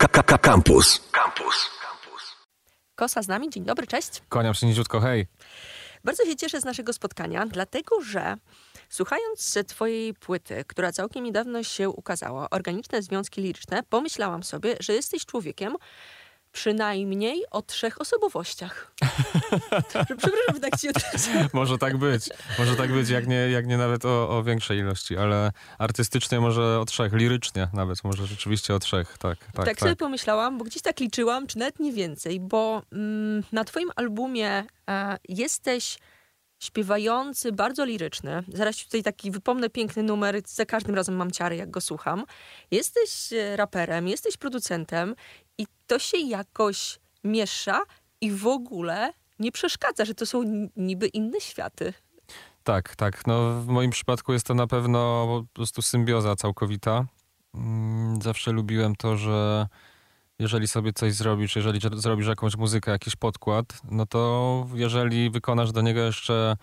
Campus. Kosa z nami, dzień dobry, cześć. Kłaniam się niziutko, hej. Bardzo się cieszę z naszego spotkania, dlatego że słuchając twojej płyty, która całkiem niedawno się ukazała, Organiczne Związki Liryczne, pomyślałam sobie, że jesteś człowiekiem przynajmniej o 3 osobowościach. Przepraszam, tak ci odrzucam. Może tak być, jak nie nawet o większej ilości, ale artystycznie może o 3, lirycznie nawet, może rzeczywiście o 3, tak. Sobie pomyślałam, bo gdzieś tak liczyłam, czy nawet nie więcej, bo na twoim albumie jesteś śpiewający, bardzo liryczny. Zaraz ci tutaj taki wypomnę piękny numer, za każdym razem mam ciary, jak go słucham. Jesteś raperem, jesteś producentem i to się jakoś miesza i w ogóle nie przeszkadza, że to są niby inne światy. Tak. No, w moim przypadku jest to na pewno po prostu symbioza całkowita. Zawsze lubiłem to, że jeżeli sobie coś zrobisz, jeżeli zrobisz jakąś muzykę, jakiś podkład, no to jeżeli wykonasz do niego jeszcze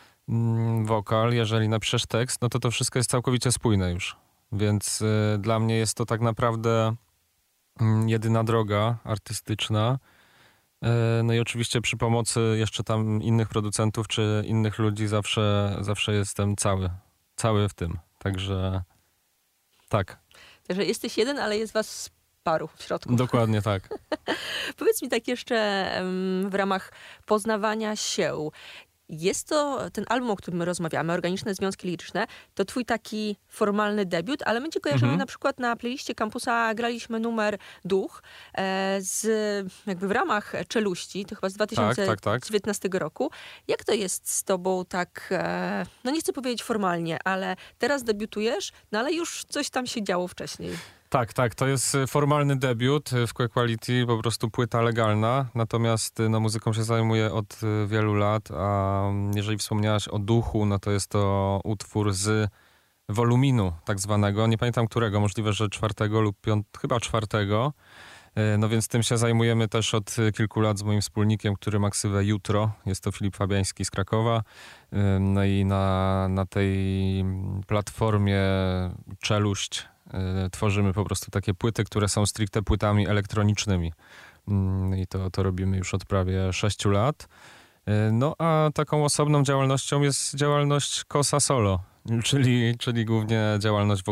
wokal, jeżeli napiszesz tekst, no to wszystko jest całkowicie spójne już. Więc dla mnie jest to tak naprawdę jedyna droga artystyczna. No i oczywiście przy pomocy jeszcze tam innych producentów czy innych ludzi zawsze jestem cały w tym. Także tak. Także jesteś jeden, ale jest was paru w środku. Dokładnie tak. Powiedz mi tak jeszcze w ramach poznawania się. Jest to ten album, o którym my rozmawiamy, Organiczne Związki Liryczne, to twój taki formalny debiut, ale my cię kojarzymy na przykład na playliście Kampusa, graliśmy numer Duch jakby w ramach Czeluści, to chyba z 2019 roku. Jak to jest z tobą tak, no nie chcę powiedzieć formalnie, ale teraz debiutujesz, no ale już coś tam się działo wcześniej. Tak, to jest formalny debiut w Queer Quality, po prostu płyta legalna, natomiast muzyką się zajmuję od wielu lat, a jeżeli wspomniałaś o Duchu, no to jest to utwór z woluminu tak zwanego, nie pamiętam którego, możliwe, że 4 lub 5, chyba 4. No więc tym się zajmujemy też od kilku lat z moim wspólnikiem, który ma ksywę Jutro, jest to Filip Fabiański z Krakowa. No i na tej platformie Czeluść tworzymy po prostu takie płyty, które są stricte płytami elektronicznymi. I to robimy już od prawie 6 lat. No a taką osobną działalnością jest działalność Kosa Solo, czyli głównie działalność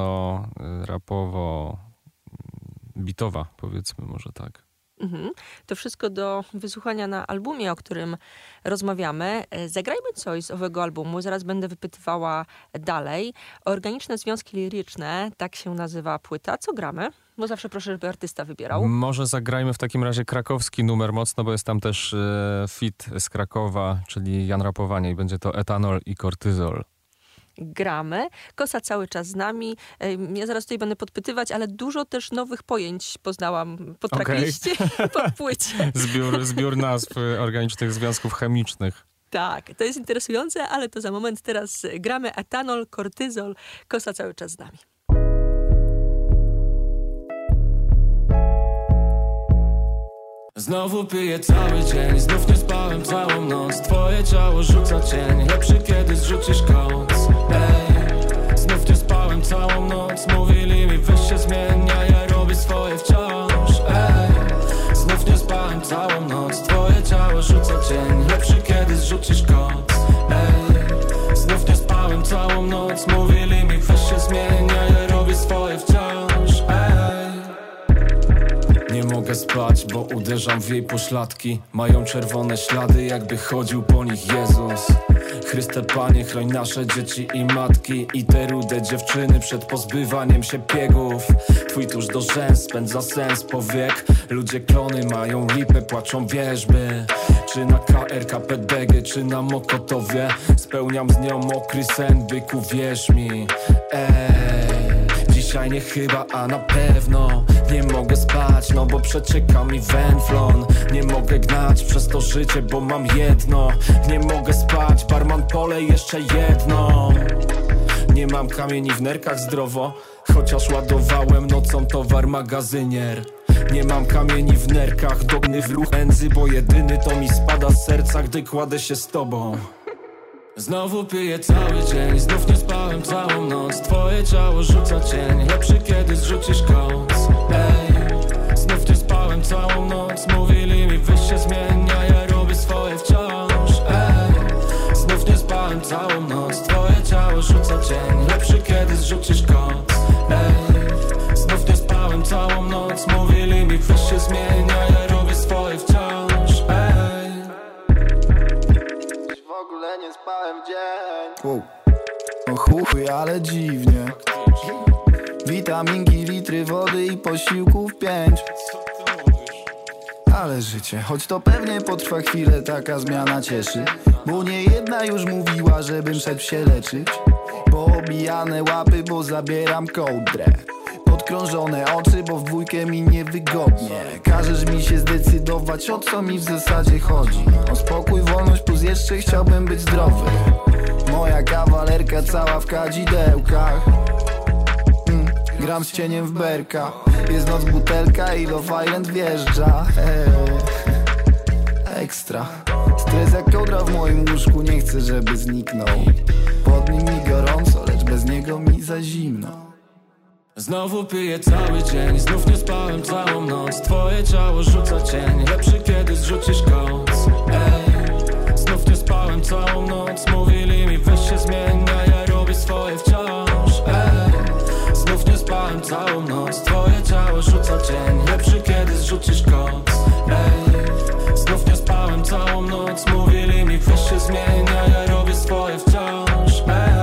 wokalno-rapowo-bitowa, powiedzmy może tak. To wszystko do wysłuchania na albumie, o którym rozmawiamy. Zagrajmy coś z owego albumu, zaraz będę wypytywała dalej. Organiczne Związki Liryczne, tak się nazywa płyta. Co gramy? Bo zawsze proszę, żeby artysta wybierał. Może zagrajmy w takim razie krakowski numer mocno, bo jest tam też feat z Krakowa, czyli Jan Rapowanie i będzie to Etanol i Kortyzol. Gramy. Kosa cały czas z nami. Ja zaraz tutaj będę podpytywać, ale dużo też nowych pojęć poznałam po trackliście, po płycie. Zbiór nazw organicznych związków chemicznych. Tak, to jest interesujące, ale to za moment. Teraz gramy Etanol, Kortyzol. Kosa cały czas z nami. Znowu piję cały dzień, znów nie spałem całą noc. Twoje ciało rzuca cień, lepszy kiedy zrzucisz koc. Znów nie spałem całą noc, mówili mi weź się zmienia, ja robię swoje wciąż. Znów nie spałem całą noc, twoje ciało rzuca cień, lepszy kiedy zrzucisz koc. Znów nie spałem całą noc, mówili mi weź się zmienia, ja robię swoje wciąż. Nie mogę spać, bo uderzam w jej pośladki. Mają czerwone ślady, jakby chodził po nich Jezus. Chryste Panie, chroń nasze dzieci i matki i te rude dziewczyny przed pozbywaniem się piegów. Twój tuż do rzęs spędza sens powiek. Ludzie klony mają lipę, płaczą wierzby. Czy na KRKPDG, czy na Mokotowie. Spełniam z nią mokry sen, byku, wierz mi. Dzisiaj nie chyba, a na pewno. Nie mogę spać, no bo przecieka mi węflon. Nie mogę gnać przez to życie, bo mam jedno. Nie mogę spać, barman polej jeszcze jedno. Nie mam kamieni w nerkach zdrowo, chociaż ładowałem nocą towar magazynier. Nie mam kamieni w nerkach, dogny w ruch pędzy, bo jedyny to mi spada z serca, gdy kładę się z tobą. Znowu piję cały dzień, znów nie spałem całą noc. Twoje ciało rzuca cień, lepszy kiedy zrzucisz koc. się zmienia, ja robię swoje wciąż. W ogóle nie spałem dzień. Wow. O chuj, ale dziwnie. Witaminki, litry wody i posiłków 5. Ale życie, choć to pewnie potrwa chwilę, taka zmiana cieszy. Bo nie jedna już mówiła, żebym szedł się leczyć. Poobijane łapy, bo zabieram kołdrę. Podkrążone oczy, bo w dwójkę mi niewygodnie. Każesz mi się zdecydować, o co mi w zasadzie chodzi. O spokój, wolność, plus jeszcze chciałbym być zdrowy. Moja kawalerka cała w kadzidełkach. Gram z cieniem w berka. Jest noc, butelka i Love Island wjeżdża. Ekstra. Stres jak kołdra w moim łóżku, nie chcę, żeby zniknął. Pod nim mi gorąco, lecz bez niego mi za zimno. Znowu piję cały dzień, znów nie spałem całą noc. Twoje ciało rzuca cień, lepszy kiedy zrzucisz koc. Znów nie spałem całą noc, mówili mi weź się zmienia, ja robię swoje wciąż. Znów nie spałem całą noc, twoje ciało rzuca cień, lepszy kiedy zrzucisz koc. Znów nie spałem całą noc, mówili mi weź się zmienia, ja robię swoje wciąż.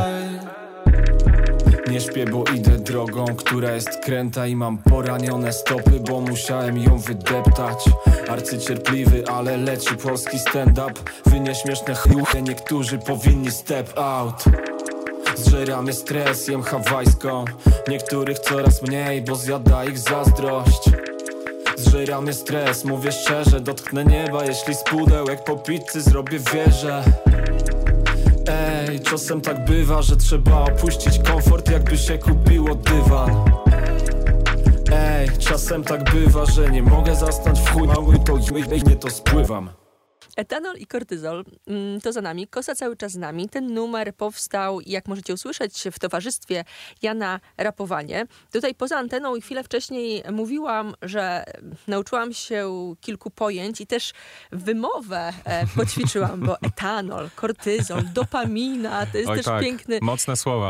Nie śpię, bo idę drogą, która jest kręta i mam poranione stopy, bo musiałem ją wydeptać. Arcycierpliwy, ale leci polski stand-up. Wy nieśmieszne chuje, niektórzy powinni step out. Zżera mnie stres, jem hawajską. Niektórych coraz mniej, bo zjada ich zazdrość. Zżera mnie stres, mówię szczerze, dotknę nieba, jeśli z pudełek po pizzy zrobię wieżę. Czasem tak bywa, że trzeba opuścić komfort, jakby się kupiło dywan. Czasem tak bywa, że nie mogę zasnąć w chuj mały, to nie to spływam. Etanol i kortyzol to za nami, Kosa cały czas z nami. Ten numer powstał, jak możecie usłyszeć, w towarzystwie Jana Rapowanie. Tutaj poza anteną i chwilę wcześniej mówiłam, że nauczyłam się kilku pojęć i też wymowę poćwiczyłam, bo etanol, kortyzol, dopamina, to jest Oj, też tak, piękny... mocne słowa.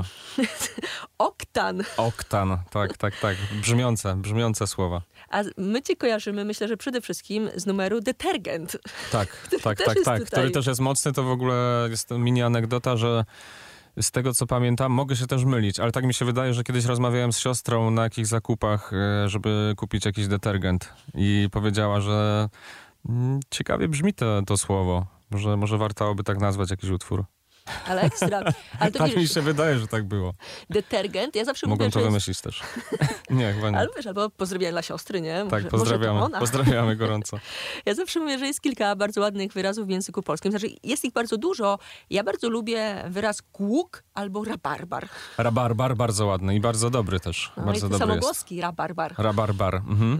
Oktan. Oktan, tak. Brzmiące słowa. A my cię kojarzymy, myślę, że przede wszystkim z numeru Detergent. Tak. Tutaj. Który też jest mocny, to w ogóle jest mini anegdota, że z tego co pamiętam, mogę się też mylić, ale tak mi się wydaje, że kiedyś rozmawiałem z siostrą na jakichś zakupach, żeby kupić jakiś detergent i powiedziała, że ciekawie brzmi to słowo, że może warto by tak nazwać jakiś utwór. Ale ekstra. Ale to Tak wiesz, mi się wydaje, że tak było. Detergent, ja zawsze Mogłem mówię, to że wymyślić też. Nie, chyba nie. Ale wiesz, albo pozdrowienia dla siostry, nie? Tak, pozdrawiamy. Może to ona. Pozdrawiamy gorąco. Ja zawsze mówię, że jest kilka bardzo ładnych wyrazów w języku polskim. Znaczy, jest ich bardzo dużo. Ja bardzo lubię wyraz głuk albo rabarbar. Rabarbar bardzo ładny i bardzo dobry też. No bardzo i dobry samogłoski rabarbar. Rabarbar.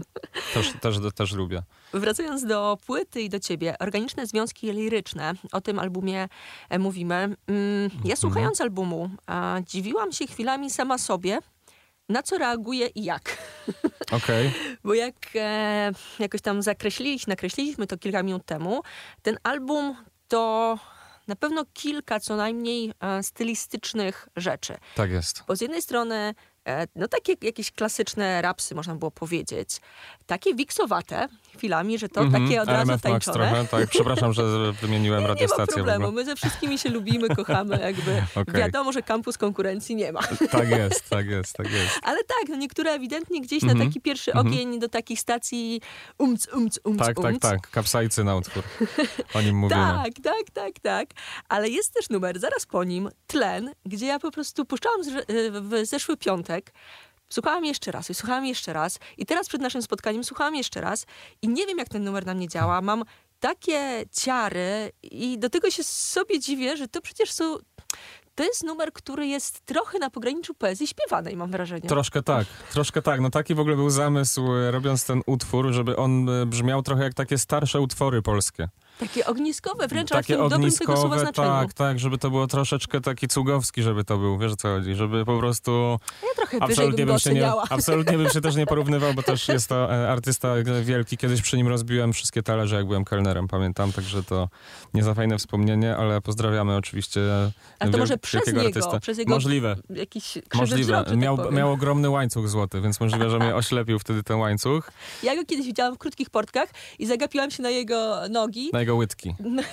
Też lubię. Wracając do płyty i do ciebie, organiczne związki liryczne, o tym albumie mówimy. Ja słuchając albumu, dziwiłam się chwilami sama sobie, na co reaguję i jak. Okej. Bo jak jakoś tam nakreśliliśmy to kilka minut temu, ten album to na pewno kilka co najmniej stylistycznych rzeczy. Tak jest. Bo z jednej strony no takie jakieś klasyczne rapsy, można było powiedzieć. Takie wiksowate chwilami, że to takie od razu RMF Max tańczone. trochę, tak. Przepraszam, że wymieniłem radiostację. Nie ma problemu, w ogóle. my ze wszystkimi się lubimy, kochamy, jakby Okej. wiadomo, że kampus konkurencji nie ma. Tak jest. Ale tak, no niektóre ewidentnie gdzieś na taki pierwszy ogień do takich stacji umc. Tak. Kapsajcy na utwór. O nim mówimy. Tak. Ale jest też numer, zaraz po nim, Tlen, gdzie ja po prostu puszczałam w zeszły piątek. Słuchałam jeszcze raz i teraz przed naszym spotkaniem słuchałam jeszcze raz i nie wiem, jak ten numer na mnie działa. Mam takie ciary i do tego się sobie dziwię, że to przecież to jest numer, który jest trochę na pograniczu poezji śpiewanej, mam wrażenie. Troszkę tak. No taki w ogóle był zamysł, robiąc ten utwór, żeby on brzmiał trochę jak takie starsze utwory polskie. Takie ogniskowe wręcz, ale w tym dobrym tego słowa znaczeniu. Tak, żeby to było troszeczkę taki cugowski, żeby to był, wiesz o co chodzi, żeby po prostu... Ja trochę wyżej bym go oceniała. Absolutnie bym się też nie porównywał, bo też jest to artysta wielki. Kiedyś przy nim rozbiłem wszystkie talerze, jak byłem kelnerem, pamiętam, także to nie za fajne wspomnienie, ale pozdrawiamy oczywiście ale to może przez niego, artystę. Przez jego możliwe. Jakiś Możliwe. Wzrok, Miał ogromny łańcuch złoty, więc możliwe, że mnie oślepił wtedy ten łańcuch. Ja go kiedyś widziałam w krótkich portkach i zagapiłam się na jego nogi. Na jego łydki.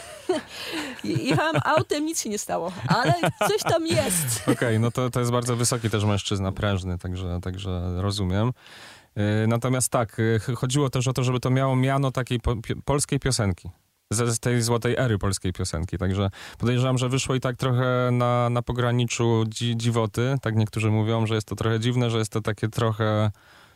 Jechałam autem, nic się nie stało, ale coś tam jest. Okej, no to jest bardzo wysoki też mężczyzna, prężny, także rozumiem. Natomiast tak, chodziło też o to, żeby to miało miano takiej polskiej piosenki. Z tej złotej ery polskiej piosenki. Także podejrzewam, że wyszło i tak trochę na pograniczu dziwoty. Tak niektórzy mówią, że jest to trochę dziwne, że jest to takie trochę...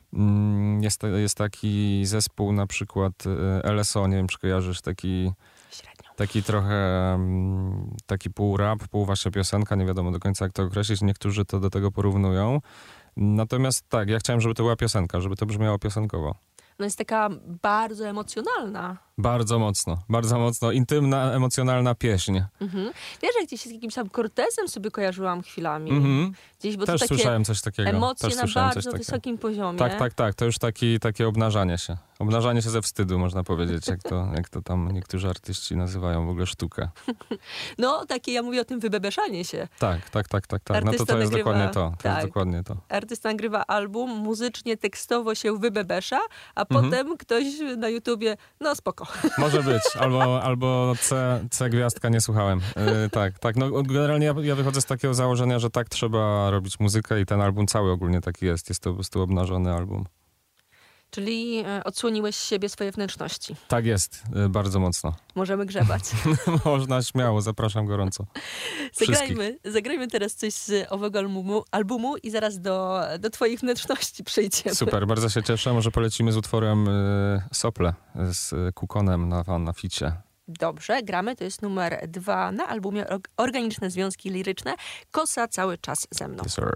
Jest taki zespół na przykład LSO, nie wiem czy kojarzysz, taki trochę taki pół rap, pół wasza piosenka, nie wiadomo do końca jak to określić, niektórzy to do tego porównują. Natomiast tak, ja chciałem, żeby to była piosenka, żeby to brzmiało piosenkowo. No jest taka bardzo emocjonalna. Bardzo mocno. Intymna, emocjonalna pieśń. Mhm. Wiesz, że gdzieś z jakimś tam Cortezem sobie kojarzyłam chwilami. Gdzieś, bo też to takie słyszałem coś takiego. Emocje na bardzo wysokim poziomie. Tak. To już takie obnażanie się. Obnażanie się ze wstydu, można powiedzieć, jak to tam niektórzy artyści nazywają w ogóle sztukę. No, takie, ja mówię o tym wybebeszanie się. Tak. No to jest dokładnie to. To jest dokładnie to. Artysta nagrywa album, muzycznie, tekstowo się wybebesza, a potem ktoś na YouTubie, no spoko. Może być. Albo C gwiazdka nie słuchałem. Tak. No generalnie ja wychodzę z takiego założenia, że tak trzeba robić muzykę i ten album cały ogólnie taki jest. Jest to po prostu obnażony album. Czyli odsłoniłeś siebie, swoje wnętrzności. Tak jest, bardzo mocno. Możemy grzebać. Można, śmiało, zapraszam gorąco. Zagrajmy teraz coś z owego albumu i zaraz do twoich wnętrzności przejdziemy. Super, bardzo się cieszę. Może polecimy z utworem Sople z Kukonem na ficie. Dobrze, gramy. To jest numer 2 na albumie Organiczne Związki Liryczne. Kosa cały czas ze mną. Yes, sir.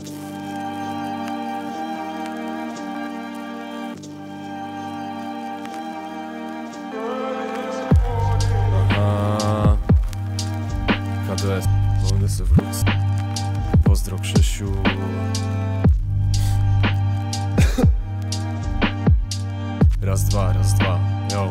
KDS, wolny wróc. Pozdro Krzysiu. Raz, dwa, yo.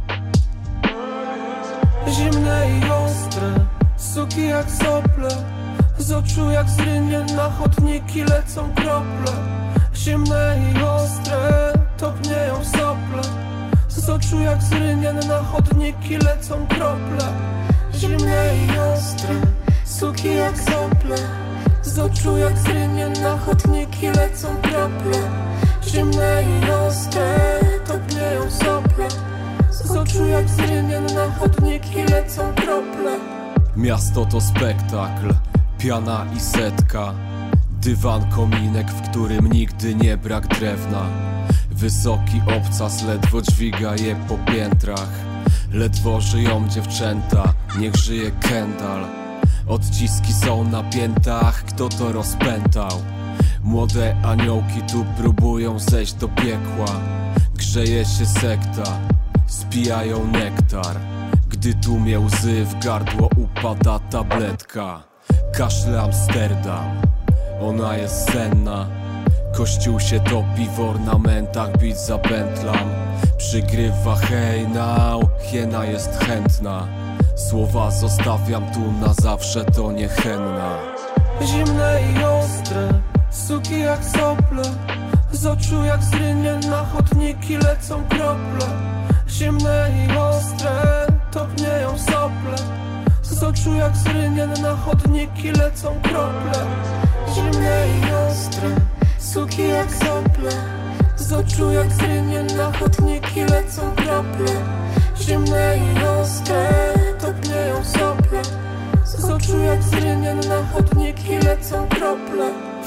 Zimne i ostre, suki jak sople, z oczu jak z rynien na chodniki lecą krople. Zimne i ostre, topnieją sople, z oczu jak z rynien na chodniki lecą krople. Zimne i ostre, suki jak sople, z oczu jak z rynien na chodniki lecą krople. Zimne i ostre, topnieją sople, z oczu jak z rynien na chodniki lecą krople. Miasto to spektakl, piana i setka. Dywan, kominek, w którym nigdy nie brak drewna. Wysoki obcas ledwo dźwiga je po piętrach. Ledwo żyją dziewczęta, niech żyje Kendall. Odciski są na piętach, kto to rozpętał? Młode aniołki tu próbują zejść do piekła. Grzeje się sekta, spijają nektar. Gdy tłumie łzy, w gardło upada tabletka. Kaszle Amsterdam, ona jest senna. Kościół się topi w ornamentach, bić zapętlam. Przygrywa hej now, hiena jest chętna. Słowa zostawiam tu na zawsze, to niechenna. Zimne i ostre, suki jak sople, z oczu jak z rynien na chodniki lecą krople. Zimne i ostre, topnieją sople, z oczu jak z rynien na chodniki lecą krople. Zimne i ostre, suki jak sople, z oczu jak z rynien na chodniki lecą krople. Zimne i ostre, topnieją sople, z oczu jak z rynien na chodniki lecą krople. W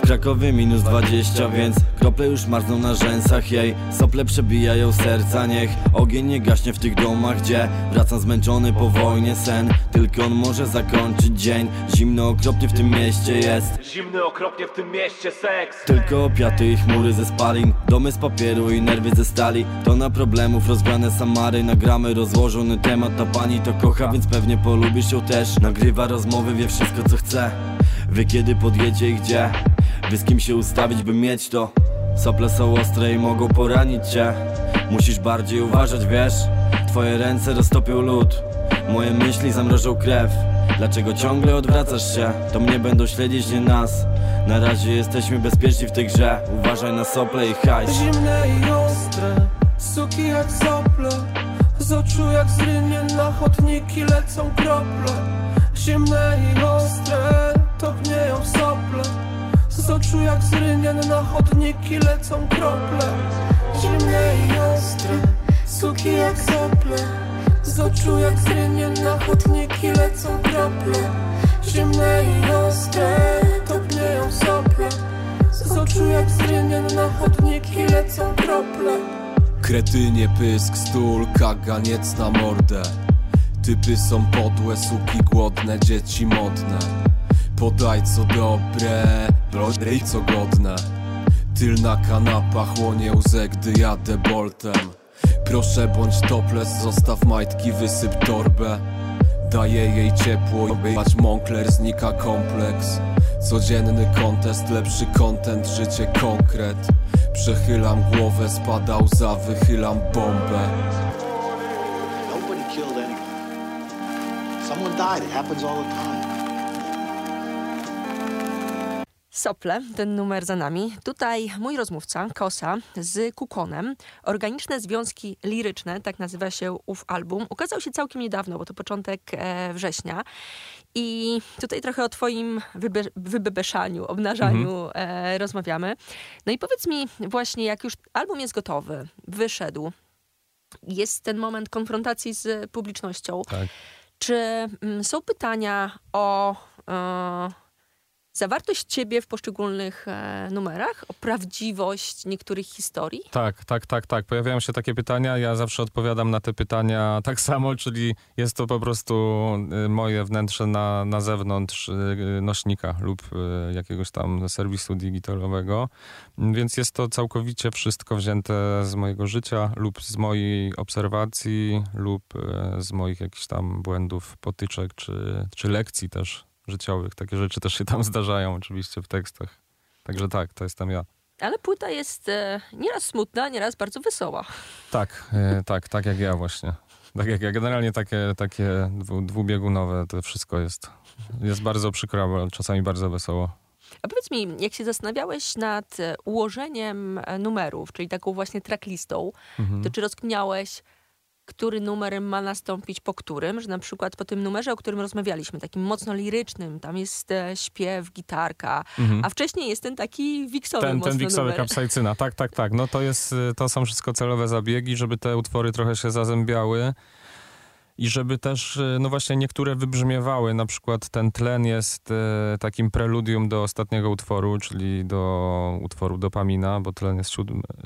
Krakowie minus 20, więc krople już marzną na rzęsach jej. Sople przebijają serca, niech ogień nie gaśnie w tych domach, gdzie wracam zmęczony po wojnie sen. Tylko on może zakończyć dzień. Zimno okropnie w tym mieście jest. Zimny okropnie w tym mieście seks. Tylko opiaty i chmury ze spalin, domy z papieru i nerwy ze stali. Tona problemów, rozgrane Samary. Nagramy rozłożony temat, ta pani to kocha, więc pewnie polubisz ją też. Nagrywa rozmowy, wie wszystko co chce, wie kiedy podjedzie i gdzie, wie z kim się ustawić, by mieć to. Sople są ostre i mogą poranić cię. Musisz bardziej uważać, wiesz? Twoje ręce roztopią lód, moje myśli zamrożą krew. Dlaczego ciągle odwracasz się? To mnie będą śledzić, nie nas. Na razie jesteśmy bezpieczni w tej grze. Uważaj na sople i hajs. Zimne i ostre, suki jak sople. Z oczu jak z rynien na chodniki lecą krople. Zimne i ostre, topnieją sople. Z oczu jak z rynien na chodniki lecą krople. Zimne i ostre, suki jak sople. Z oczu jak z rynien na chodniki lecą krople. Zimne i ostre, topnieją sople. Z oczu jak z rynien na chodniki lecą krople. Kretynie, pysk, stul, kaganiec na mordę. Typy są podłe, suki głodne, dzieci modne. Podaj co dobre, blodrej co godne. Tylna kanapa chłonie łzę, gdy jadę boltem. Proszę bądź topless, zostaw majtki, wysyp torbę. Daję jej ciepło, bać Moncler, znika kompleks. Codzienny kontest, lepszy content, życie konkret. Przechylam głowę, spada łza, wychylam bombę. Nobody killed anyone. Someone died, it happens all the time. Sople, ten numer za nami. Tutaj mój rozmówca, Kosa, z Kukonem. Organiczne związki liryczne, tak nazywa się ów album. Ukazał się całkiem niedawno, bo to początek września. I tutaj trochę o twoim wybebeszaniu, obnażaniu rozmawiamy. No i powiedz mi właśnie, jak już album jest gotowy, wyszedł, jest ten moment konfrontacji z publicznością. Tak. Czy są pytania o zawartość ciebie w poszczególnych numerach, o prawdziwość niektórych historii? Tak. Pojawiają się takie pytania, ja zawsze odpowiadam na te pytania tak samo, czyli jest to po prostu moje wnętrze na zewnątrz nośnika lub jakiegoś tam serwisu digitalowego, więc jest to całkowicie wszystko wzięte z mojego życia lub z mojej obserwacji lub z moich jakichś tam błędów, potyczek czy lekcji też życiowych. Takie rzeczy też się tam zdarzają oczywiście w tekstach. Także tak, to jestem ja. Ale płyta jest nieraz smutna, nieraz bardzo wesoła. Tak jak ja właśnie. Tak jak ja. Generalnie takie dwubiegunowe to wszystko jest. Jest bardzo przykro, ale czasami bardzo wesoło. A powiedz mi, jak się zastanawiałeś nad ułożeniem numerów, czyli taką właśnie tracklistą, to czy rozkminiałeś, który numer ma nastąpić po którym, że na przykład po tym numerze, o którym rozmawialiśmy, takim mocno lirycznym, tam jest śpiew, gitarka, a wcześniej jest ten taki wiksowy mocno ten wiksowy numer. Kapsajcyna, tak. No to są wszystko celowe zabiegi, żeby te utwory trochę się zazębiały i żeby też, no właśnie niektóre wybrzmiewały, na przykład ten tlen jest takim preludium do ostatniego utworu, czyli do utworu Dopamina, bo tlen jest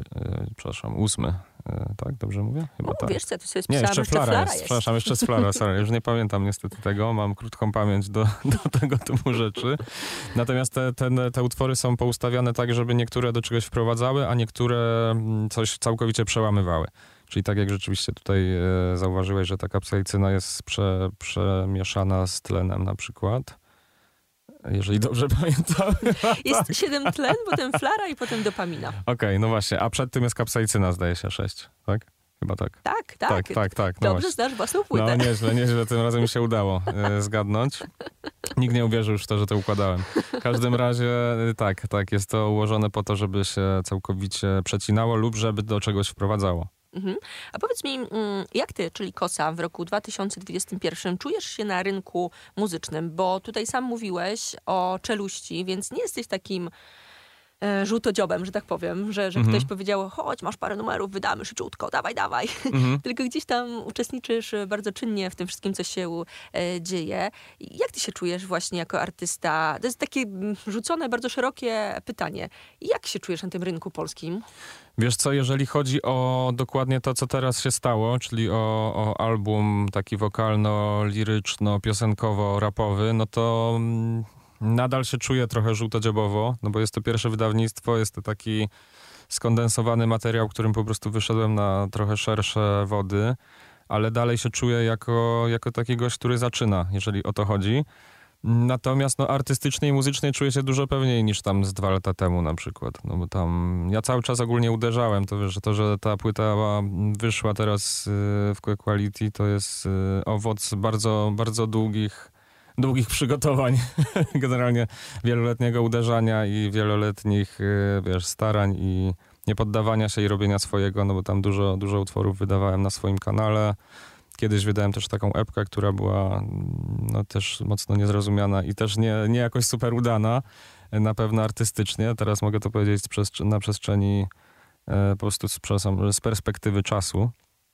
8. Tak, dobrze mówię? Chyba tak. Wiesz co, to sobie Nie, spisałam, jeszcze Flara jest. Przepraszam, jeszcze z Flara, sorry, już nie pamiętam niestety tego, mam krótką pamięć do tego typu rzeczy. Natomiast te utwory są poustawiane tak, żeby niektóre do czegoś wprowadzały, a niektóre coś całkowicie przełamywały. Czyli tak jak rzeczywiście tutaj zauważyłeś, że ta kapsaicyna jest przemieszana z tlenem na przykład. Jeżeli dobrze pamiętam. Jest 7 tlen, potem Flara i potem Dopamina. Okej, no właśnie. A przed tym jest kapsaicyna, zdaje się, 6, tak? Chyba tak. Tak. No Dobrze znasz własną płytę. No nieźle. Tym razem mi się udało zgadnąć. Nikt nie uwierzył już w to, że to układałem. W każdym razie tak. Jest to ułożone po to, żeby się całkowicie przecinało lub żeby do czegoś wprowadzało. A powiedz mi, jak ty, czyli Kosa, w roku 2021 czujesz się na rynku muzycznym? Bo tutaj sam mówiłeś o czeluści, więc nie jesteś takim żółtodziobem, że tak powiem, że ktoś powiedział, chodź, masz parę numerów, wydamy szybciutko, dawaj. Tylko gdzieś tam uczestniczysz bardzo czynnie w tym wszystkim, co się dzieje. Jak ty się czujesz właśnie jako artysta? To jest takie rzucone, bardzo szerokie pytanie. Jak się czujesz na tym rynku polskim? Wiesz co, jeżeli chodzi o dokładnie to, co teraz się stało, czyli o album taki wokalno-liryczno-piosenkowo-rapowy, no to nadal się czuję trochę żółtodziobowo, no bo jest to pierwsze wydawnictwo, jest to taki skondensowany materiał, którym po prostu wyszedłem na trochę szersze wody, ale dalej się czuję jako taki gość, który zaczyna, jeżeli o to chodzi. Natomiast no, artystycznie i muzycznie czuję się dużo pewniej niż tam z 2 lata temu na przykład. No bo tam ja cały czas ogólnie uderzałem. To wiesz, że ta płyta wyszła teraz w Quality, to jest owoc bardzo, bardzo długich przygotowań. Generalnie wieloletniego uderzania i wieloletnich starań i nie poddawania się i robienia swojego, no bo tam dużo utworów wydawałem na swoim kanale. Kiedyś wydałem też taką epkę, która była no, też mocno niezrozumiana i też nie jakoś super udana, na pewno artystycznie. Teraz mogę to powiedzieć na przestrzeni po prostu z perspektywy czasu.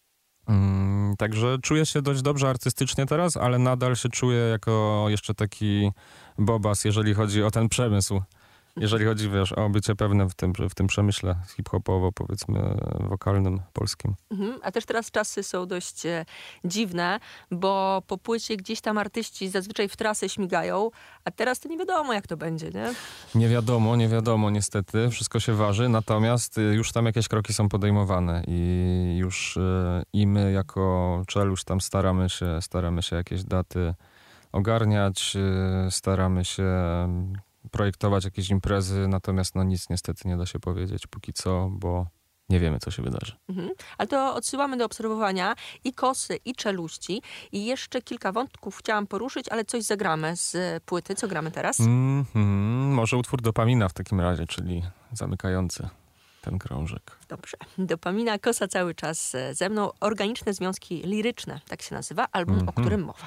Także czuję się dość dobrze artystycznie teraz, ale nadal się czuję jako jeszcze taki bobas, jeżeli chodzi o ten przemysł. Jeżeli chodzi, wiesz, o bycie pewnym w tym przemyśle hip-hopowo, powiedzmy, wokalnym, polskim. A też teraz czasy są dość dziwne, bo po płycie gdzieś tam artyści zazwyczaj w trasę śmigają, a teraz to nie wiadomo, jak to będzie, nie? Nie wiadomo niestety. Wszystko się waży, natomiast już tam jakieś kroki są podejmowane i już i my jako Czeluść tam staramy się jakieś daty ogarniać, staramy się projektować jakieś imprezy, natomiast no nic niestety nie da się powiedzieć póki co, bo nie wiemy, co się wydarzy. Ale to odsyłamy do obserwowania i Kosy, i Czeluści. I jeszcze kilka wątków chciałam poruszyć, ale coś zagramy z płyty. Co gramy teraz? Może utwór Dopamina w takim razie, czyli zamykający ten krążek. Dobrze. Dopamina, Kosa cały czas ze mną. Organiczne związki liryczne, tak się nazywa album, o którym mowa.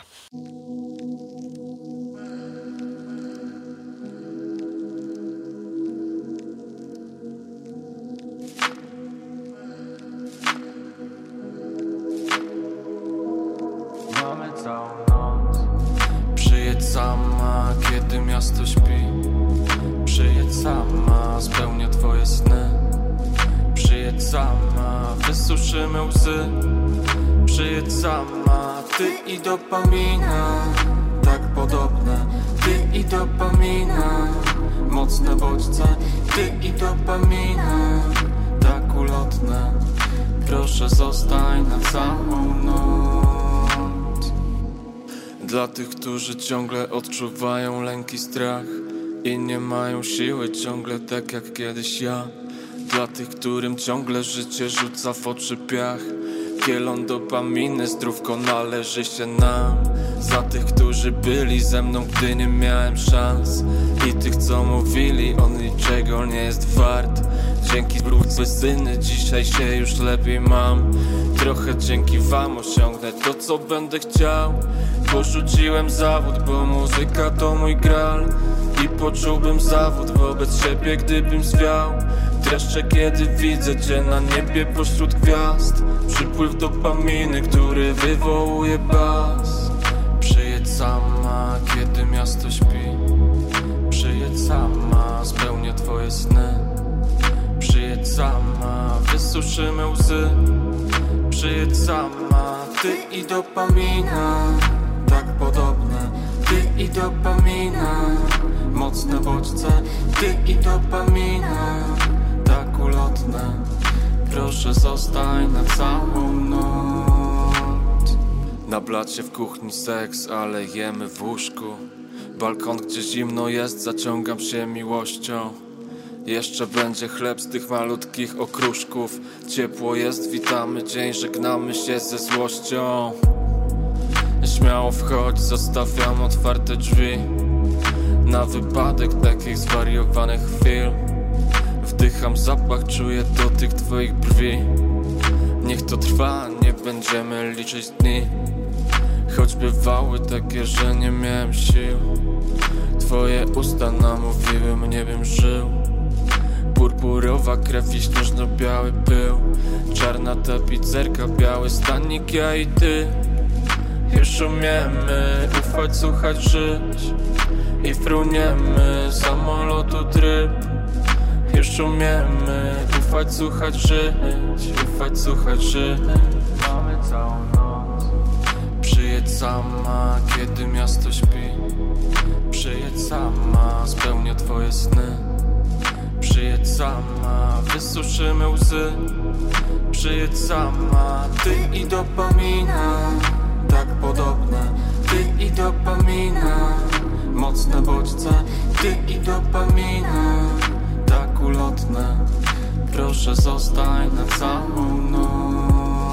Przyjedź sama, kiedy miasto śpi. Przyjedź sama, spełnię twoje sny. Przyjedź sama, wysuszymy łzy. Przyjedź sama, ty i dopamina, tak podobne. Ty i dopamina, mocne bodźce. Ty i dopamina, tak ulotne. Proszę zostań na całą noc. Dla tych, którzy ciągle odczuwają lęk i strach i nie mają siły ciągle tak jak kiedyś ja. Dla tych, którym ciągle życie rzuca w oczy piach. Kielon dopaminy, zdrówko należy się nam. Za tych, którzy byli ze mną, gdy nie miałem szans. I tych, co mówili, on niczego nie jest wart. Dzięki syny, dzisiaj się już lepiej mam. Trochę dzięki wam osiągnę to, co będę chciał. Porzuciłem zawód, bo muzyka to mój gral. I poczułbym zawód wobec siebie, gdybym zwiał. Dreszcze, kiedy widzę cię na niebie pośród gwiazd. Przypływ dopaminy, który wywołuje bas. Przyjedź sama, kiedy miasto śpi. Przyjedź sama, spełnię twoje sny. Przyjedź sama, wysuszymy łzy. Przyjedź sama, ty i dopamina, tak podobne. Ty i dopamina, mocne bodźce. Ty i dopamina, tak ulotne. Proszę zostań na całą noc. Na blacie w kuchni seks, ale jemy w łóżku. Balkon, gdzie zimno jest, zaciągam się miłością. Jeszcze będzie chleb z tych malutkich okruszków. Ciepło jest, witamy dzień, żegnamy się ze złością. Śmiało wchodź, zostawiam otwarte drzwi. Na wypadek takich zwariowanych chwil. Wdycham zapach, czuję dotyk twoich brwi. Niech to trwa, nie będziemy liczyć dni. Choć bywały takie, że nie miałem sił. Twoje usta namówiły mnie, bym żył. Purpurowa krew i śnieżno-biały pył, czarna tapicerka, biały stanik, ja i ty. Już umiemy ufać, słuchać, żyć i fruniemy samolotu tryb. Już umiemy ufać, słuchać, żyć, ufać, słuchać, żyć. Mamy całą noc. Przyjedź sama, kiedy miasto śpi. Przyjedź sama, spełnię twoje sny. Przyjedź sama, wysuszymy łzy. Przyjedź sama, ty i dopamina, tak podobne. Ty i dopamina, mocne bodźce. Ty i dopamina, tak ulotne. Proszę zostań na całą noc.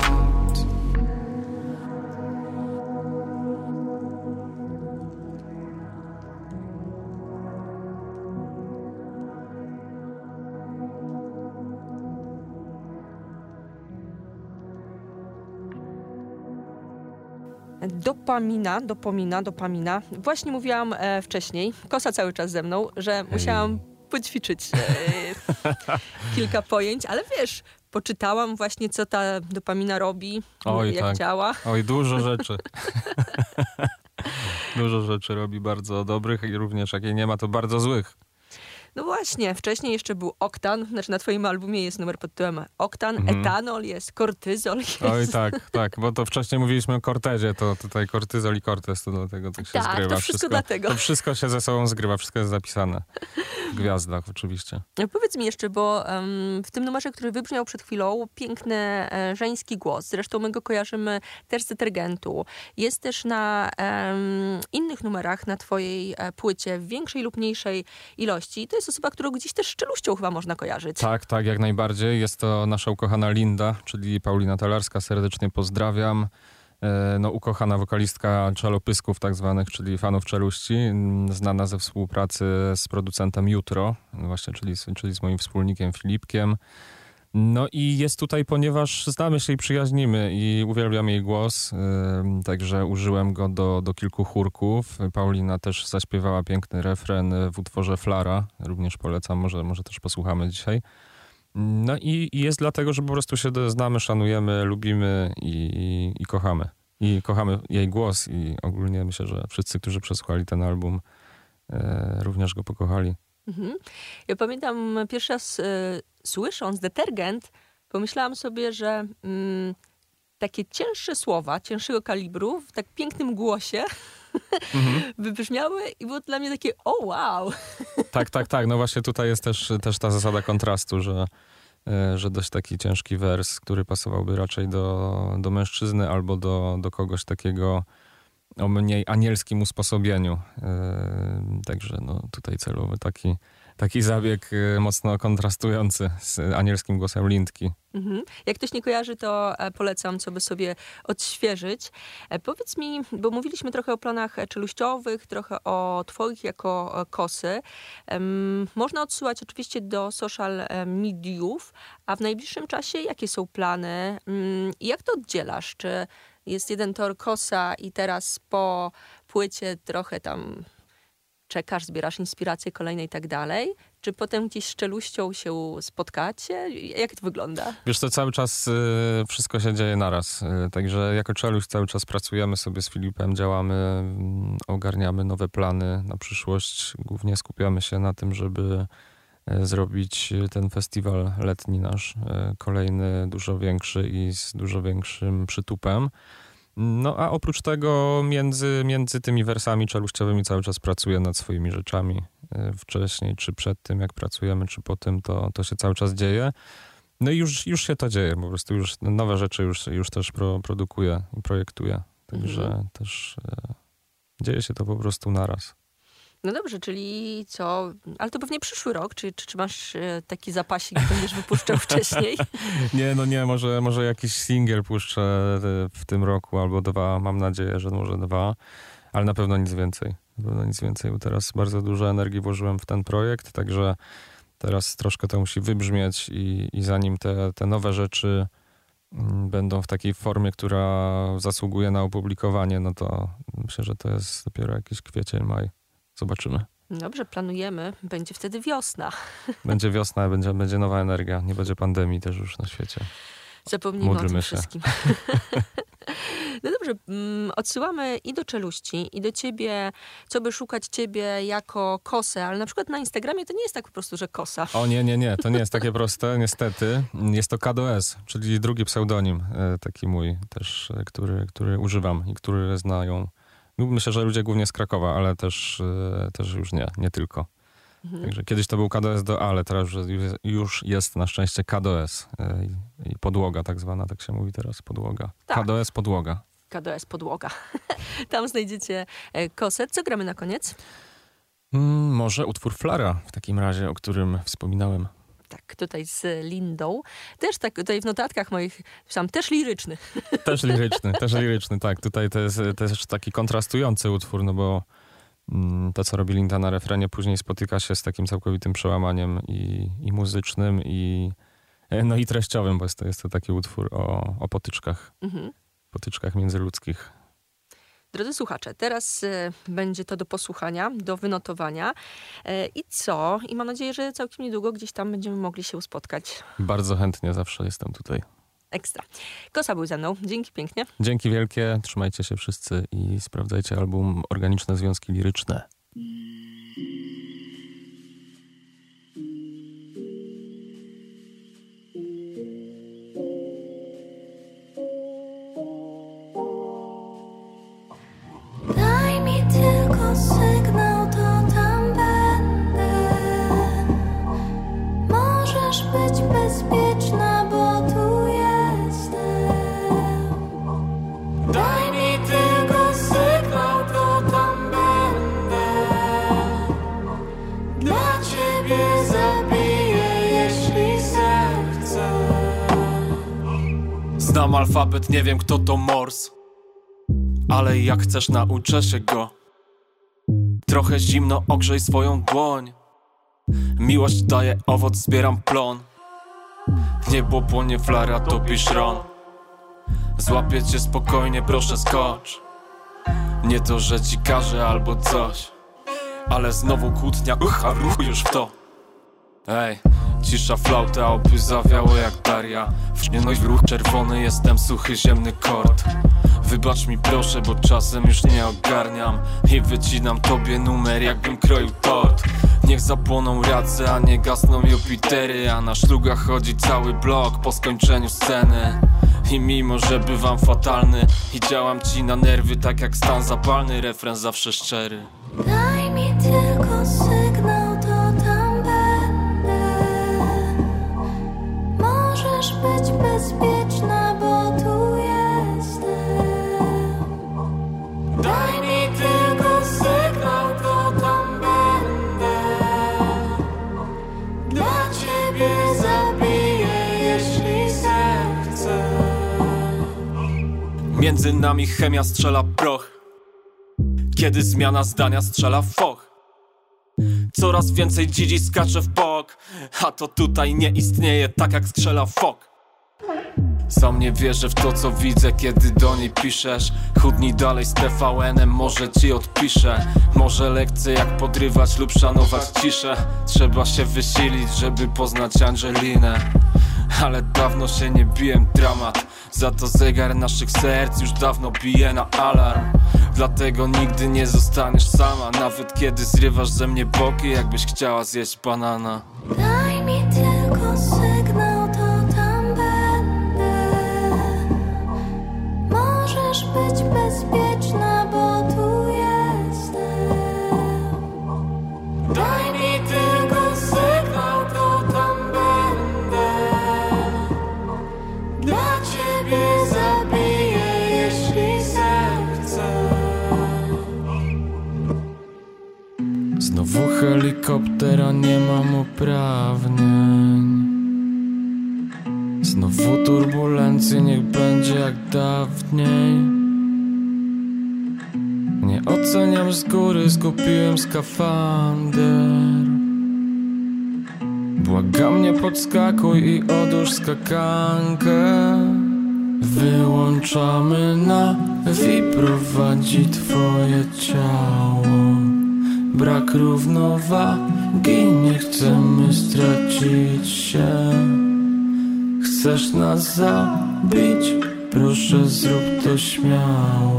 Dopamina. Właśnie mówiłam wcześniej, Kosa cały czas ze mną, że musiałam poćwiczyć kilka pojęć, ale wiesz, poczytałam właśnie, co ta dopamina robi, jak działa. Oj, dużo rzeczy. Dużo rzeczy robi bardzo dobrych i również, jak jej nie ma, to bardzo złych. No właśnie, wcześniej jeszcze był oktan, znaczy na twoim albumie jest numer pod tytułem oktan, etanol jest, kortyzol jest. Oj, tak, bo to wcześniej mówiliśmy o kortezie, to tutaj kortyzol i kortez, to dlatego tak się zgrywa. Tak, to wszystko dlatego. To wszystko się ze sobą zgrywa, wszystko jest zapisane w gwiazdach oczywiście. Powiedz mi jeszcze, bo w tym numerze, który wybrzmiał przed chwilą, piękny żeński głos, zresztą my go kojarzymy też z Detergentu. Jest też na innych numerach na twojej płycie w większej lub mniejszej ilości. To jest osoba, którą gdzieś też z Czeluścią chyba można kojarzyć. Tak, jak najbardziej. Jest to nasza ukochana Linda, czyli Paulina Talarska. Serdecznie pozdrawiam. No, ukochana wokalistka czelopysków tak zwanych, czyli fanów Czeluści, znana ze współpracy z producentem Jutro, właśnie, czyli z moim wspólnikiem Filipkiem. No i jest tutaj, ponieważ znamy się i przyjaźnimy i uwielbiam jej głos, także użyłem go do kilku chórków. Paulina też zaśpiewała piękny refren w utworze Flara, również polecam, może też posłuchamy dzisiaj. No i jest dlatego, że po prostu się znamy, szanujemy, lubimy i kochamy. I kochamy jej głos i ogólnie myślę, że wszyscy, którzy przesłuchali ten album, również go pokochali. Ja pamiętam pierwszy raz słysząc Detergent, pomyślałam sobie, że takie cięższe słowa, cięższego kalibru, w tak pięknym głosie wybrzmiały i było dla mnie takie o wow. Tak. No właśnie tutaj jest też ta zasada kontrastu, że dość taki ciężki wers, który pasowałby raczej do mężczyzny albo do kogoś takiego o mniej anielskim usposobieniu. Także no tutaj celowy taki zabieg mocno kontrastujący z anielskim głosem Lindki. Jak ktoś nie kojarzy, to polecam, co by sobie odświeżyć. Powiedz mi, bo mówiliśmy trochę o planach czeluściowych, trochę o twoich jako Kosy. Można odsyłać oczywiście do social mediów, a w najbliższym czasie jakie są plany i jak to oddzielasz? Czy jest jeden tor Kosa i teraz po płycie trochę tam czekasz, zbierasz inspiracje kolejne i tak dalej? Czy potem gdzieś z Czeluścią się spotkacie? Jak to wygląda? Wiesz co, cały czas wszystko się dzieje naraz. Także jako Czeluść cały czas pracujemy sobie z Filipem, działamy, ogarniamy nowe plany na przyszłość. Głównie skupiamy się na tym, żeby zrobić ten festiwal letni nasz, kolejny, dużo większy i z dużo większym przytupem. No a oprócz tego między tymi wersami czeluściowymi cały czas pracuję nad swoimi rzeczami. Wcześniej, czy przed tym, jak pracujemy, czy po tym, to się cały czas dzieje. No i już się to dzieje, po prostu już nowe rzeczy już też produkuję i projektuję. Także też dzieje się to po prostu naraz. No dobrze, czyli co? Ale to pewnie przyszły rok, czy masz taki zapasik, będziesz wypuszczał wcześniej? Nie, może jakiś singiel puszczę w tym roku albo 2, mam nadzieję, że może 2, ale na pewno nic więcej. Bo teraz bardzo dużo energii włożyłem w ten projekt, także teraz troszkę to musi wybrzmieć i zanim te nowe rzeczy będą w takiej formie, która zasługuje na opublikowanie, no to myślę, że to jest dopiero jakiś kwiecień, maj. Zobaczymy. Dobrze, planujemy. Będzie wtedy wiosna. Będzie wiosna, będzie nowa energia. Nie będzie pandemii też już na świecie. Zapomnijmy o tym Módlmy się. wszystkim. No dobrze, odsyłamy i do Czeluści, i do ciebie, co by szukać ciebie jako kosę, ale na przykład na Instagramie to nie jest tak po prostu, że kosa. O nie, to nie jest takie proste, niestety. Jest to KDS, czyli drugi pseudonim, taki mój też, który używam i który znają. Myślę, że ludzie głównie z Krakowa, ale też już nie tylko. Także kiedyś to był KDS do A, ale teraz już jest na szczęście KDS i podłoga tak zwana, tak się mówi teraz, podłoga. Tak. KDS podłoga. KDS Podłoga. Tam znajdziecie kosę. Co gramy na koniec? Może utwór Flara w takim razie, o którym wspominałem. Tak, tutaj z Lindą. Też tak, tutaj w notatkach moich pisałam, też liryczny. Też liryczny, tak. Tutaj to jest też taki kontrastujący utwór, no bo to, co robi Linda na refrenie, później spotyka się z takim całkowitym przełamaniem i muzycznym, i treściowym, bo jest to taki utwór o potyczkach. Potyczkach międzyludzkich. Drodzy słuchacze, teraz będzie to do posłuchania, do wynotowania. I co? I mam nadzieję, że całkiem niedługo gdzieś tam będziemy mogli się spotkać. Bardzo chętnie, zawsze jestem tutaj. Ekstra. Kosa był ze mną. Dzięki pięknie. Dzięki wielkie, trzymajcie się wszyscy i sprawdzajcie album Organiczne Związki Liryczne. Daj mi tylko sygnał, to tam będę. Możesz być bezpieczna, bo tu jestem. Daj mi tylko sygnał, to tam będę. Dla ciebie zabiję, jeśli zechcę. Znam alfabet, nie wiem kto to Morse, ale jak chcesz nauczę się go. Trochę zimno, ogrzej swoją dłoń. Miłość daje owoc, zbieram plon. Niebo płonie, flara topi szron. Złapię cię spokojnie, proszę skocz. Nie to, że ci każę albo coś, ale znowu kłótnia, ruch już w to. Ej, cisza, flauta, oby zawiało jak Daria. W ruch czerwony, jestem suchy, ziemny kord. Wybacz mi proszę, bo czasem już nie ogarniam i wycinam tobie numer, jakbym kroił tort. Niech zapłoną race, a nie gasną Jupitery, a na szlugach chodzi cały blok po skończeniu sceny. I mimo, że bywam fatalny i działam ci na nerwy tak jak stan zapalny, refren zawsze szczery. Daj mi tylko sygnał, to tam będę. Możesz być bezpieczna, bo tu jestem. Daj mi tylko sygnał, to tam będę. Dla ciebie zabiję, jeśli zechcę. Między nami chemia strzela proch, kiedy zmiana zdania strzela w foch. Coraz więcej dzidzi skacze w bok, a to tutaj nie istnieje tak jak strzela fok. Sam nie wierzę w to, co widzę, kiedy do niej piszesz. Chudnij dalej z TVN-em, może ci odpiszę. Może lekcje jak podrywać lub szanować ciszę. Trzeba się wysilić, żeby poznać Angelinę. Ale dawno się nie biłem, dramat. Za to zegar naszych serc już dawno bije na alarm. Dlatego nigdy nie zostaniesz sama, nawet kiedy zrywasz ze mnie boki, jakbyś chciała zjeść banana. Daj mi tylko sygnał, to tam będę. Możesz być bezpieczna, bo tu jestem. Daj mi tylko sygnał, to tam będę. Dla ciebie zabiję, jeśli zechcę. Znowu helikoptera, nie mam uprawnień. Znowu turbulencje, niech będzie jak dawniej. Nie oceniam z góry, zgubiłem skafander. Błagam, nie podskakuj i odłóż skakankę. Wyłączamy na i prowadzi twoje ciało. brak równowagi. Nie chcemy stracić się. Chcesz nas zabić? Proszę zrób to śmiało.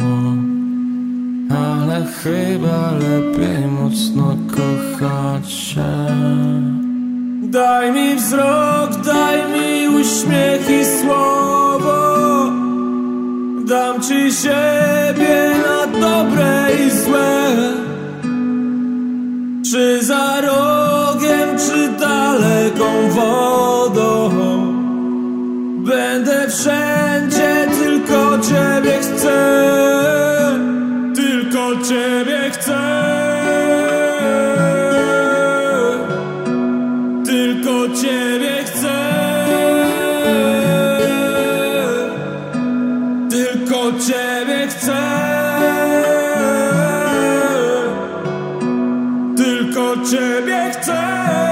Ale chyba lepiej mocno kochać się. Daj mi wzrok, daj mi uśmiech i słowo. Dam ci siebie na dobre i złe. Czy za rogiem, czy daleką wodą. Będę wszędzie, tylko ciebie chcę. Tylko ciebie chcę. Tylko ciebie chcę. Tylko ciebie chcę. Tylko ciebie chcę.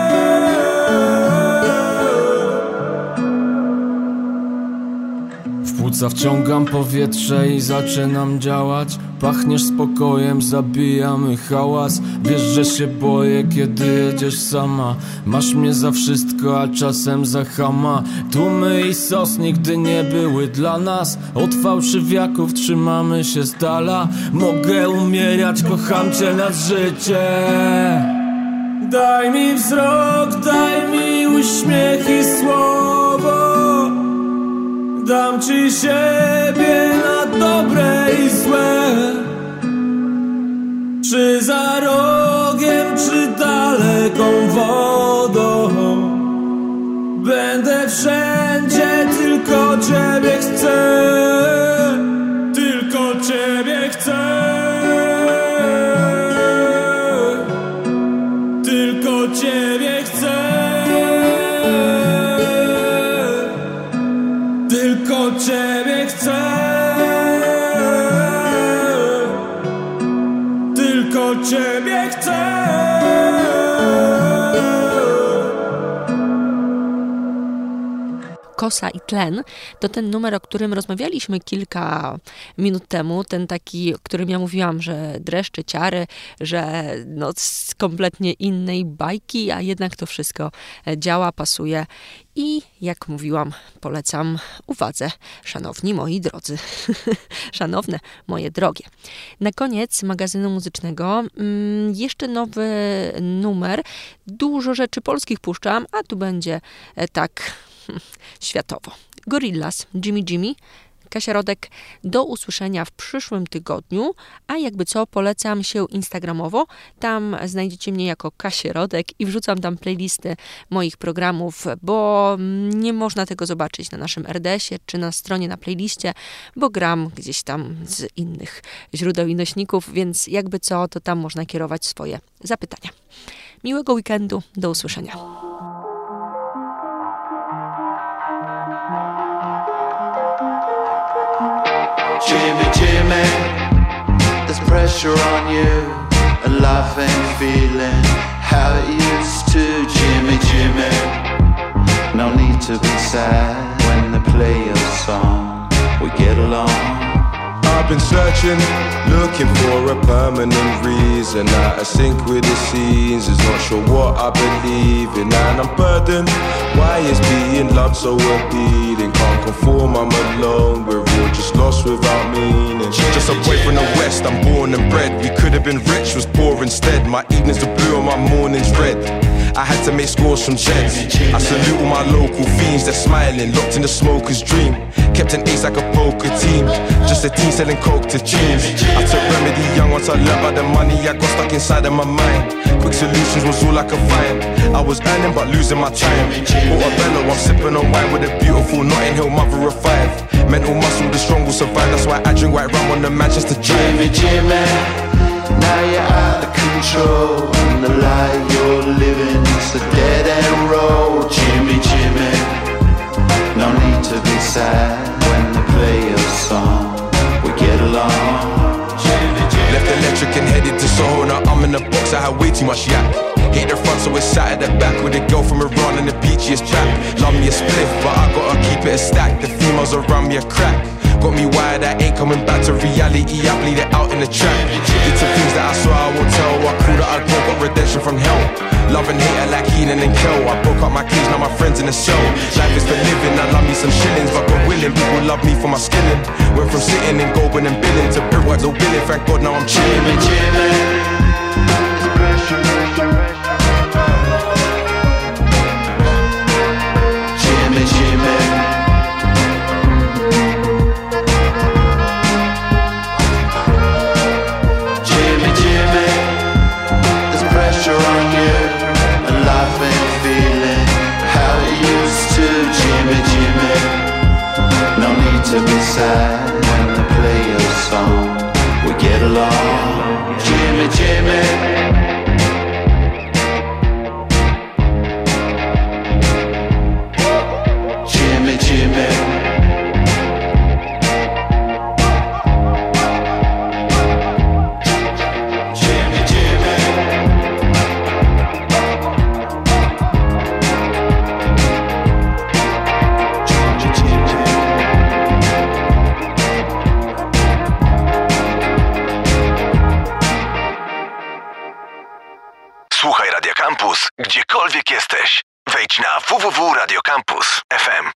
W płuca wciągam powietrze i zaczynam działać. Pachniesz spokojem, zabijamy hałas. Wiesz, że się boję, kiedy jedziesz sama. Masz mnie za wszystko, a czasem za chama. Tłumy i sos nigdy nie były dla nas. Od fałszywiaków trzymamy się z dala. Mogę umierać, kocham cię na życie. Daj mi wzrok, daj mi uśmiech i słowo. Dam ci siebie na dobre i złe. Czy za rogiem, czy daleką wodą. Będę wszędzie, tylko ciebie chcę. Tylko ciebie chcę. Tylko ciebie chcę. Tylko ciebie chcę. Tylko ciebie chcę. Kosa i tlen to ten numer, o którym rozmawialiśmy kilka minut temu, ten taki, o którym ja mówiłam, że dreszcze ciary, że no z kompletnie innej bajki, a jednak to wszystko działa, pasuje i jak mówiłam, polecam uwadze, szanowni moi drodzy, szanowne moje drogie. Na koniec magazynu muzycznego jeszcze nowy numer, dużo rzeczy polskich puszczam, a tu będzie tak światowo. Gorillaz, Jimmy, Kasia Rodek, do usłyszenia w przyszłym tygodniu, a jakby co, polecam się instagramowo, tam znajdziecie mnie jako Kasię Rodek i wrzucam tam playlisty moich programów, bo nie można tego zobaczyć na naszym RDS-ie czy na stronie na playliście, bo gram gdzieś tam z innych źródeł i nośników, więc jakby co, to tam można kierować swoje zapytania. Miłego weekendu, do usłyszenia. Jimmy, there's pressure on you, and life ain't feeling how it used to. Jimmy, no need to be sad when they play your song. We get along. I've been searching, looking for a permanent reason. Out of sync with the seasons, not sure what I believe in. And I'm burdened, why is being loved so appealing? Can't conform, I'm alone, we're all just lost without meaning. Just a boy from the west, I'm born and bred. We could have been rich, was poor instead. My evenings are blue and my mornings red. I had to make scores from jets. I salute all my local fiends, they're smiling, locked in the smoker's dream. Kept an ace like a poker team, just a team selling coke to teens. I took remedy young once I learned about the money I got stuck inside of my mind. Quick solutions was all I could find. I was earning but losing my time. Portobello, I'm sipping on wine with a beautiful Notting Hill mother of five. Mental muscle, the strong will survive. That's why I drink white rum on the Manchester Drive. Jimmy, now you're out of control, and the life you're living is a dead end road. Jimmy, no need to be sad when they play your song. We get along. Left electric and headed to Soho. Now I'm in the box, I had way too much yak. Hate the front so it's sat at the back. With a girl from Iran and the beachiest back. Love me a spliff but I gotta keep it a stack. The females around me a crack. got me wired, I ain't coming back to reality. I bleed it out in the track. Did some things that I swear I won't tell. I called it I'd got redemption from hell. Love and hate like Keenan and Kel. I broke up my keys, now my friends in the cell. Life is for living, I love me some shillings, but God willing, people love me for my skilling. Went from sitting and going and billing to brickwork, no billing. Thank God now I'm chilling. Jimmy, to be sad when they play your song. We get along, Jimmy, Jimmy. Jimmy, Jimmy. Słuchaj Radia Campus, gdziekolwiek jesteś. Wejdź na www.radiocampus.fm.